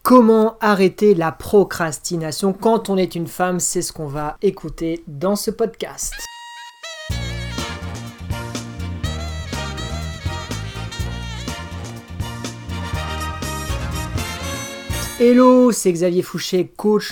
Comment arrêter la procrastination quand on est une femme? C'est ce qu'on va écouter dans ce podcast. Hello, c'est Xavier Fouché, coach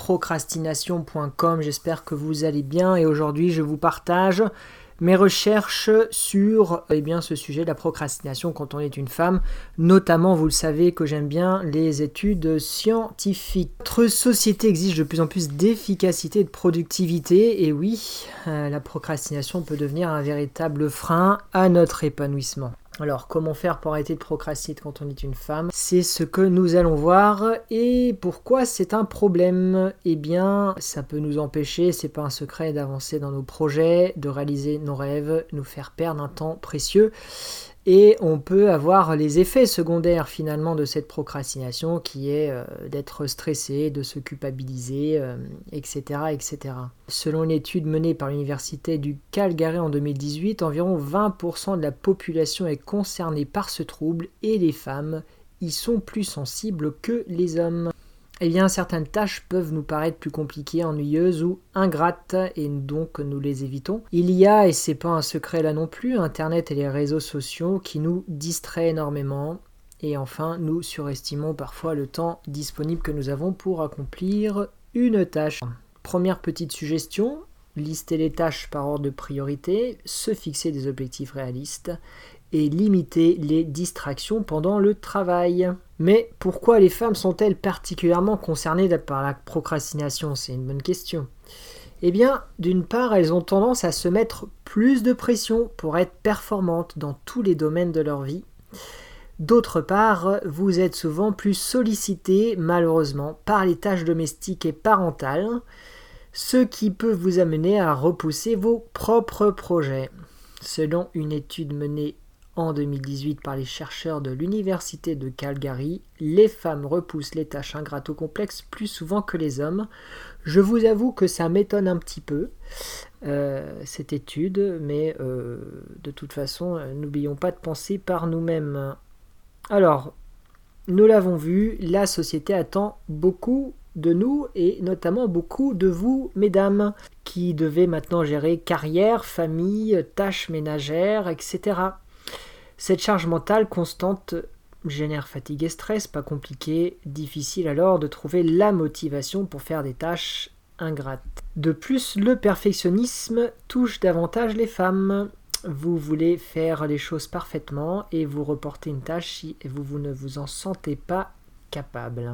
anti-procrastination.com. J'espère que vous allez bien et aujourd'hui je vous partage mes recherches sur ce sujet de la procrastination quand on est une femme. Notamment, vous le savez que j'aime bien les études scientifiques. Notre société exige de plus en plus d'efficacité et de productivité. Et oui, la procrastination peut devenir un véritable frein à notre épanouissement. Alors, comment faire pour arrêter de procrastiner quand on est une femme? C'est ce que nous allons voir. Et pourquoi c'est un problème? Eh bien, ça peut nous empêcher, c'est pas un secret, d'avancer dans nos projets, de réaliser nos rêves, nous faire perdre un temps précieux. Et on peut avoir les effets secondaires finalement de cette procrastination qui est d'être stressé, de se culpabiliser, etc., etc. Selon une étude menée par l'université du Calgary en 2018, environ 20% de la population est concernée par ce trouble et les femmes y sont plus sensibles que les hommes. Eh bien, certaines tâches peuvent nous paraître plus compliquées, ennuyeuses ou ingrates, et donc nous les évitons. Il y a, et c'est pas un secret là non plus, Internet et les réseaux sociaux qui nous distraient énormément. Et enfin, nous surestimons parfois le temps disponible que nous avons pour accomplir une tâche. Première petite suggestion, lister les tâches par ordre de priorité, se fixer des objectifs réalistes et limiter les distractions pendant le travail. Mais pourquoi les femmes sont-elles particulièrement concernées par la procrastination? C'est une bonne question. Eh bien, d'une part, elles ont tendance à se mettre plus de pression pour être performantes dans tous les domaines de leur vie. D'autre part, vous êtes souvent plus sollicité, malheureusement, par les tâches domestiques et parentales, ce qui peut vous amener à repousser vos propres projets. Selon une étude menée en 2018 par les chercheurs de l'université de Calgary, les femmes repoussent les tâches ingrates ou complexes plus souvent que les hommes. Je vous avoue que ça m'étonne un petit peu, cette étude, mais de toute façon, n'oublions pas de penser par nous-mêmes. Alors, nous l'avons vu, la société attend beaucoup de nous et notamment beaucoup de vous, mesdames, qui devez maintenant gérer carrière, famille, tâches ménagères, etc. Cette charge mentale constante génère fatigue et stress, pas compliqué, difficile alors de trouver la motivation pour faire des tâches ingrates. De plus, le perfectionnisme touche davantage les femmes. Vous voulez faire les choses parfaitement et vous reportez une tâche si vous ne vous en sentez pas capable.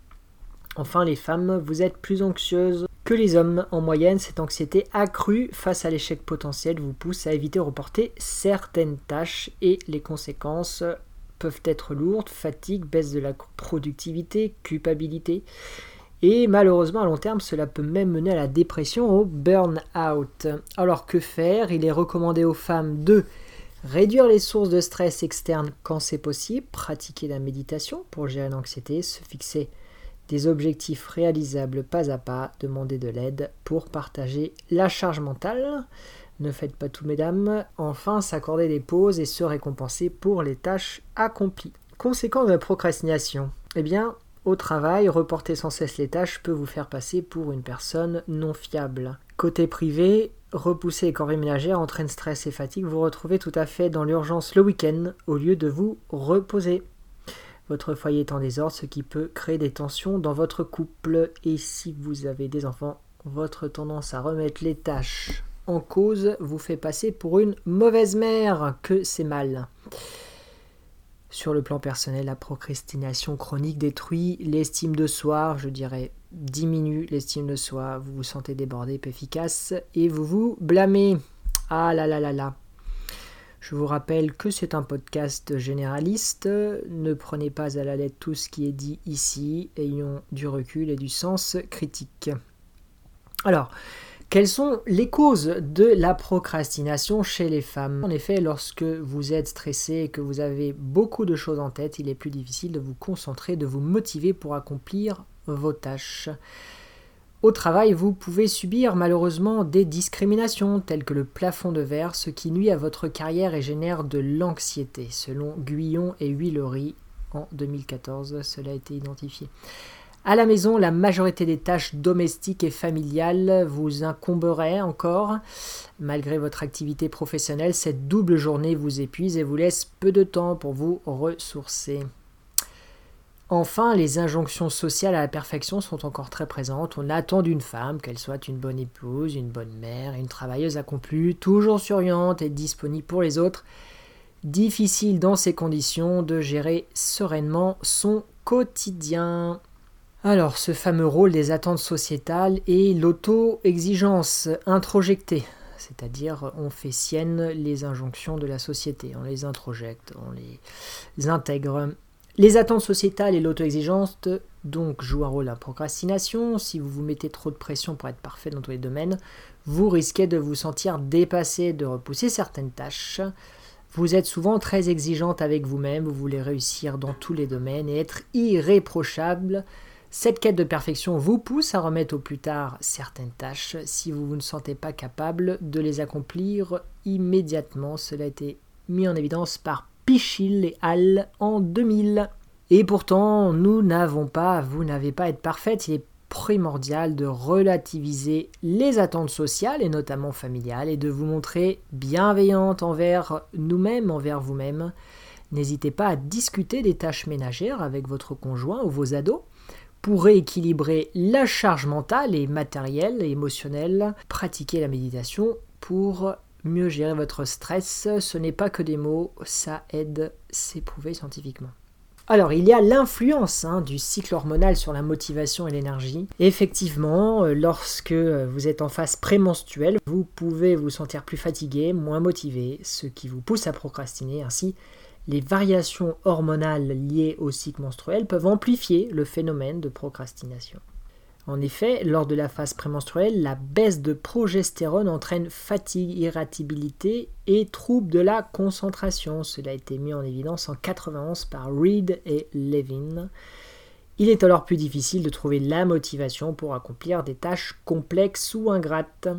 Enfin, les femmes, vous êtes plus anxieuses que les hommes. En moyenne, cette anxiété accrue face à l'échec potentiel vous pousse à éviter de reporter certaines tâches et les conséquences peuvent être lourdes, fatigue, baisse de la productivité, culpabilité. Et malheureusement, à long terme, cela peut même mener à la dépression, au burn-out. Alors que faire? Il est recommandé aux femmes de réduire les sources de stress externes quand c'est possible, pratiquer la méditation pour gérer l'anxiété, se fixer des objectifs réalisables pas à pas, demander de l'aide pour partager la charge mentale. Ne faites pas tout, mesdames. Enfin, s'accorder des pauses et se récompenser pour les tâches accomplies. Conséquence de la procrastination. Eh bien, au travail, reporter sans cesse les tâches peut vous faire passer pour une personne non fiable. Côté privé, repousser les corvées ménagères entraîne stress et fatigue. Vous retrouvez tout à fait dans l'urgence le week-end au lieu de vous reposer. Votre foyer est en désordre, ce qui peut créer des tensions dans votre couple. Et si vous avez des enfants, votre tendance à remettre les tâches en cause vous fait passer pour une mauvaise mère, que c'est mal. Sur le plan personnel, la procrastination chronique détruit l'estime de soi, je dirais diminue l'estime de soi, vous vous sentez débordé, peu efficace, et vous vous blâmez. Ah là là là là. Je vous rappelle que c'est un podcast généraliste, ne prenez pas à la lettre tout ce qui est dit ici, ayons du recul et du sens critique. Alors, quelles sont les causes de la procrastination chez les femmes? En effet, lorsque vous êtes stressé et que vous avez beaucoup de choses en tête, il est plus difficile de vous concentrer, de vous motiver pour accomplir vos tâches. Au travail, vous pouvez subir malheureusement des discriminations telles que le plafond de verre, ce qui nuit à votre carrière et génère de l'anxiété. Selon Guyon et Huillery, en 2014, cela a été identifié. À la maison, la majorité des tâches domestiques et familiales vous incomberaient encore. Malgré votre activité professionnelle, cette double journée vous épuise et vous laisse peu de temps pour vous ressourcer. Enfin, les injonctions sociales à la perfection sont encore très présentes. On attend d'une femme qu'elle soit une bonne épouse, une bonne mère, une travailleuse accomplie, toujours souriante et disponible pour les autres. Difficile dans ces conditions de gérer sereinement son quotidien. Alors, ce fameux rôle des attentes sociétales et l'auto-exigence introjectée, c'est-à-dire on fait sienne les injonctions de la société, on les introjecte, on les intègre. Les attentes sociétales et l'auto-exigence donc jouent un rôle dans la procrastination. Si vous vous mettez trop de pression pour être parfait dans tous les domaines, vous risquez de vous sentir dépassé, de repousser certaines tâches. Vous êtes souvent très exigeante avec vous-même, vous voulez réussir dans tous les domaines et être irréprochable. Cette quête de perfection vous pousse à remettre au plus tard certaines tâches si vous ne sentez pas capable de les accomplir immédiatement. Cela a été mis en évidence par Pichil et Hall en 2000. Et pourtant, vous n'avez pas à être parfaite. Il est primordial de relativiser les attentes sociales et notamment familiales et de vous montrer bienveillante envers nous-mêmes, envers vous-même. N'hésitez pas à discuter des tâches ménagères avec votre conjoint ou vos ados. Pour rééquilibrer la charge mentale et matérielle et émotionnelle, pratiquez la méditation pour mieux gérer votre stress. Ce n'est pas que des mots, ça aide, c'est prouvé scientifiquement. Alors, il y a l'influence du cycle hormonal sur la motivation et l'énergie. Effectivement, lorsque vous êtes en phase prémenstruelle, vous pouvez vous sentir plus fatigué, moins motivé, ce qui vous pousse à procrastiner. Ainsi, les variations hormonales liées au cycle menstruel peuvent amplifier le phénomène de procrastination. En effet, lors de la phase prémenstruelle, la baisse de progestérone entraîne fatigue, irritabilité et troubles de la concentration. Cela a été mis en évidence en 1991 par Reed et Levin. Il est alors plus difficile de trouver la motivation pour accomplir des tâches complexes ou ingrates.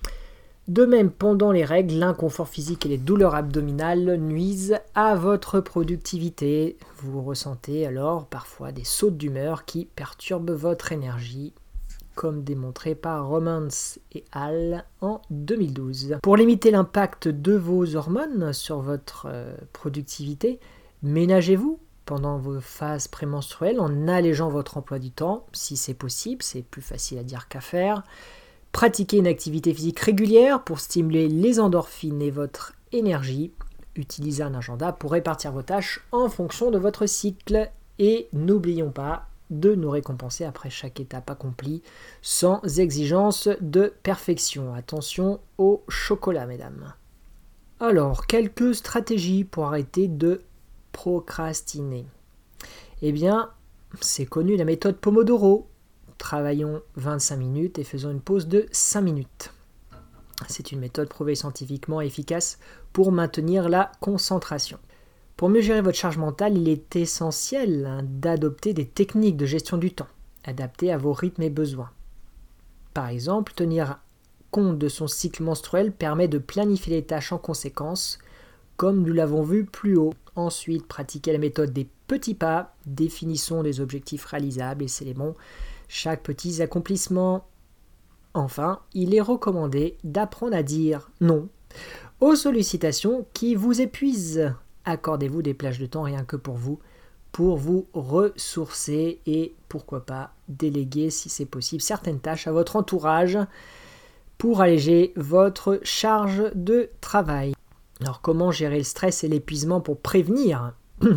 De même, pendant les règles, l'inconfort physique et les douleurs abdominales nuisent à votre productivité. Vous ressentez alors parfois des sautes d'humeur qui perturbent votre énergie, comme démontré par Romans et Hall en 2012. Pour limiter l'impact de vos hormones sur votre productivité, ménagez-vous pendant vos phases prémenstruelles en allégeant votre emploi du temps, si c'est possible, c'est plus facile à dire qu'à faire. Pratiquez une activité physique régulière pour stimuler les endorphines et votre énergie. Utilisez un agenda pour répartir vos tâches en fonction de votre cycle. Et n'oublions pas de nous récompenser après chaque étape accomplie sans exigence de perfection. Attention au chocolat, mesdames. Alors, quelques stratégies pour arrêter de procrastiner. Eh bien, c'est connu la méthode Pomodoro. Travaillons 25 minutes et faisons une pause de 5 minutes. C'est une méthode prouvée scientifiquement efficace pour maintenir la concentration. Pour mieux gérer votre charge mentale, il est essentiel d'adopter des techniques de gestion du temps, adaptées à vos rythmes et besoins. Par exemple, tenir compte de son cycle menstruel permet de planifier les tâches en conséquence, comme nous l'avons vu plus haut. Ensuite, pratiquez la méthode des petits pas, définissons des objectifs réalisables et célébrons chaque petit accomplissement. Enfin, il est recommandé d'apprendre à dire non aux sollicitations qui vous épuisent. Accordez-vous des plages de temps rien que pour vous ressourcer et pourquoi pas déléguer si c'est possible certaines tâches à votre entourage pour alléger votre charge de travail. Alors comment gérer le stress et l'épuisement pour prévenir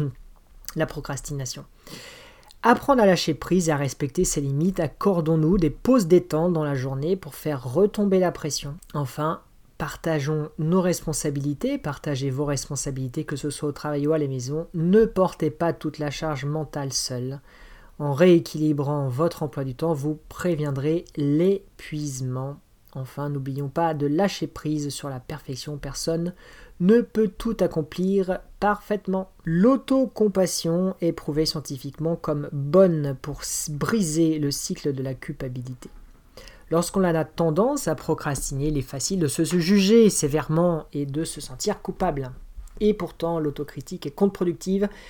la procrastination ? Apprendre à lâcher prise et à respecter ses limites, accordons-nous des pauses détente dans la journée pour faire retomber la pression. Enfin, partageons nos responsabilités, partagez vos responsabilités, que ce soit au travail ou à la maison. Ne portez pas toute la charge mentale seule. En rééquilibrant votre emploi du temps, vous préviendrez l'épuisement. Enfin, n'oublions pas de lâcher prise sur la perfection. Personne ne peut tout accomplir parfaitement. L'autocompassion est prouvée scientifiquement comme bonne pour briser le cycle de la culpabilité. Lorsqu'on a tendance à procrastiner, il est facile de se juger sévèrement et de se sentir coupable. Et pourtant, l'autocritique est contre-productive.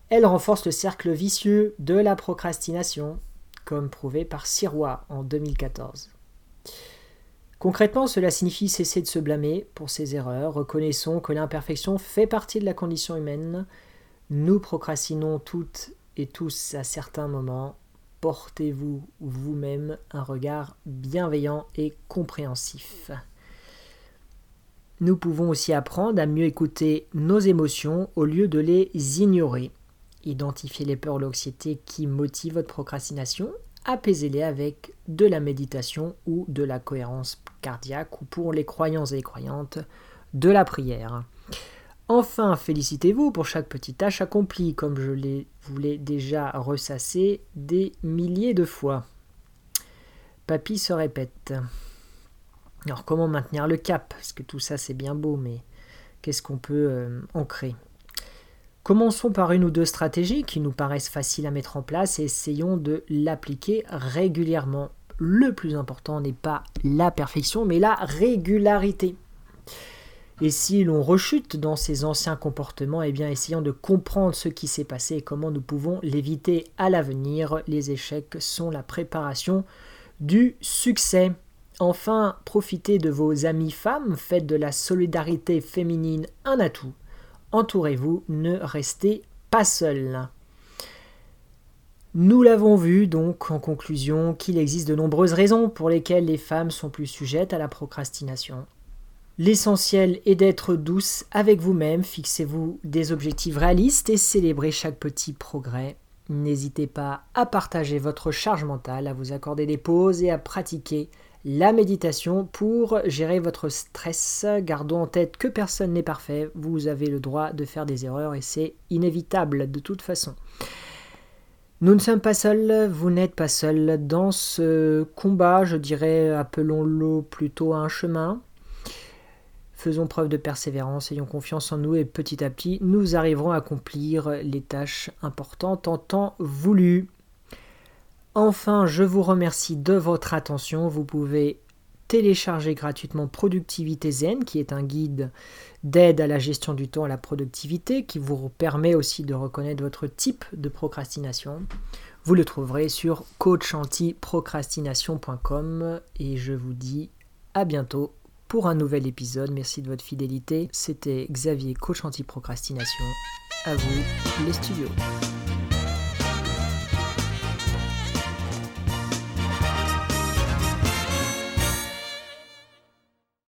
Elle renforce le cercle vicieux de la procrastination, comme prouvé par Sirois en 2014. Concrètement, cela signifie cesser de se blâmer pour ses erreurs. Reconnaissons que l'imperfection fait partie de la condition humaine. Nous procrastinons toutes et tous à certains moments. Portez-vous vous-même un regard bienveillant et compréhensif. Nous pouvons aussi apprendre à mieux écouter nos émotions au lieu de les ignorer. Identifiez les peurs ou l'anxiété qui motivent votre procrastination. Apaisez-les avec de la méditation ou de la cohérence cardiaque ou pour les croyants et les croyantes, de la prière. Enfin, félicitez-vous pour chaque petite tâche accomplie, comme je vous l'ai déjà ressassé des milliers de fois. Papy se répète. Alors comment maintenir le cap? Parce que tout ça c'est bien beau, mais qu'est-ce qu'on peut ancrer? Commençons par une ou deux stratégies qui nous paraissent faciles à mettre en place et essayons de l'appliquer régulièrement. Le plus important n'est pas la perfection, mais la régularité. Et si l'on rechute dans ces anciens comportements, eh bien essayons de comprendre ce qui s'est passé et comment nous pouvons l'éviter à l'avenir. Les échecs sont la préparation du succès. Enfin, profitez de vos amies femmes, faites de la solidarité féminine un atout. Entourez-vous, ne restez pas seul. Nous l'avons vu donc en conclusion qu'il existe de nombreuses raisons pour lesquelles les femmes sont plus sujettes à la procrastination. L'essentiel est d'être douce avec vous-même, fixez-vous des objectifs réalistes et célébrez chaque petit progrès. N'hésitez pas à partager votre charge mentale, à vous accorder des pauses et à pratiquer la méditation pour gérer votre stress. Gardons en tête que personne n'est parfait, vous avez le droit de faire des erreurs et c'est inévitable de toute façon. Nous ne sommes pas seuls, vous n'êtes pas seuls dans ce combat, je dirais, appelons-le plutôt un chemin. Faisons preuve de persévérance, ayons confiance en nous et petit à petit, nous arriverons à accomplir les tâches importantes en temps voulu. Enfin, je vous remercie de votre attention. Vous pouvez télécharger gratuitement Productivité Zen, qui est un guide d'aide à la gestion du temps et à la productivité, qui vous permet aussi de reconnaître votre type de procrastination. Vous le trouverez sur coachantiprocrastination.com et je vous dis à bientôt pour un nouvel épisode. Merci de votre fidélité. C'était Xavier, coach anti-procrastination. À vous, les studios.